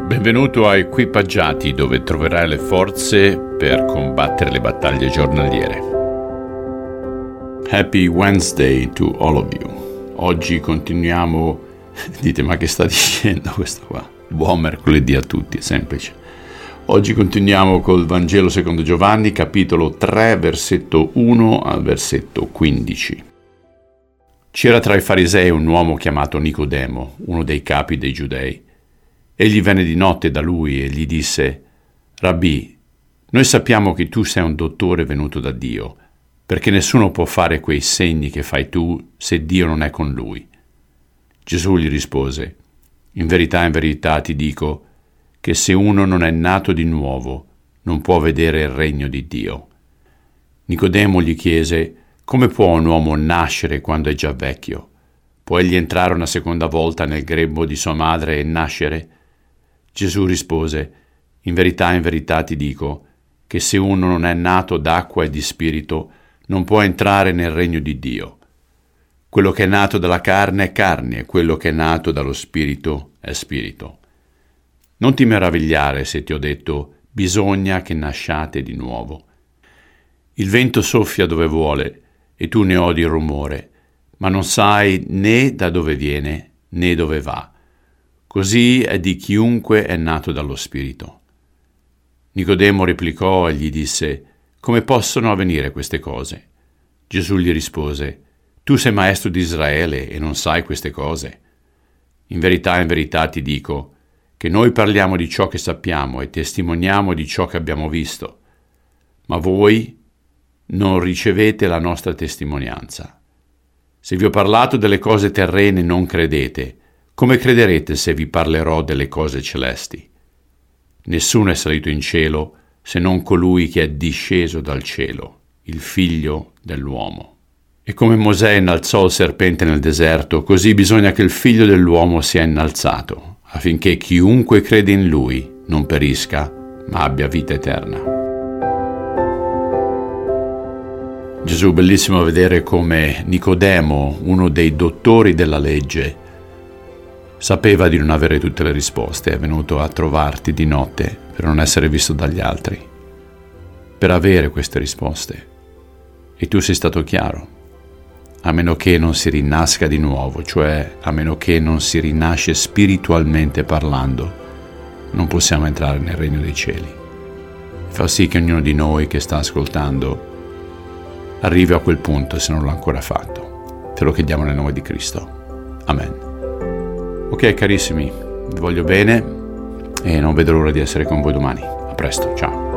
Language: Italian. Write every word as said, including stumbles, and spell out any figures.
Benvenuto a Equipaggiati, dove troverai le forze per combattere le battaglie giornaliere. Happy Wednesday to all of you. Oggi continuiamo. Dite, ma che sta dicendo questo qua? Buon mercoledì a tutti, è semplice. Oggi continuiamo col Vangelo secondo Giovanni, capitolo tre, versetto uno al versetto quindici. C'era tra i farisei un uomo chiamato Nicodemo, uno dei capi dei giudei. Egli venne di notte da lui e gli disse: Rabbì, noi sappiamo che tu sei un dottore venuto da Dio, perché nessuno può fare quei segni che fai tu se Dio non è con lui. Gesù gli rispose: In verità, in verità ti dico che se uno non è nato di nuovo, non può vedere il regno di Dio. Nicodemo gli chiese: Come può un uomo nascere quando è già vecchio? Può egli entrare una seconda volta nel grembo di sua madre e nascere? Gesù rispose: In verità, in verità ti dico che se uno non è nato d'acqua e di spirito, non può entrare nel regno di Dio. Quello che è nato dalla carne è carne, e quello che è nato dallo spirito è spirito. Non ti meravigliare se ti ho detto: bisogna che nasciate di nuovo. Il vento soffia dove vuole, e tu ne odi il rumore, ma non sai né da dove viene né dove va. Così è di chiunque è nato dallo Spirito. Nicodemo replicò e gli disse: Come possono avvenire queste cose? Gesù gli rispose: Tu sei maestro di Israele e non sai queste cose? In verità, in verità ti dico che noi parliamo di ciò che sappiamo e testimoniamo di ciò che abbiamo visto, ma voi non ricevete la nostra testimonianza. Se vi ho parlato delle cose terrene non credete, come crederete se vi parlerò delle cose celesti? Nessuno è salito in cielo se non colui che è disceso dal cielo, il Figlio dell'uomo. E come Mosè innalzò il serpente nel deserto, così bisogna che il Figlio dell'uomo sia innalzato, affinché chiunque crede in lui non perisca, ma abbia vita eterna. Gesù, bellissimo vedere come Nicodemo, uno dei dottori della legge, sapeva di non avere tutte le risposte, è venuto a trovarti di notte per non essere visto dagli altri, per avere queste risposte. E tu sei stato chiaro: a meno che non si rinasca di nuovo, cioè a meno che non si rinasce spiritualmente parlando, non possiamo entrare nel regno dei cieli. Fa sì che ognuno di noi che sta ascoltando arrivi a quel punto, se non l'ha ancora fatto. Te lo chiediamo nel nome di Cristo. Amen. Ok carissimi, vi voglio bene e non vedo l'ora di essere con voi domani. A presto, ciao.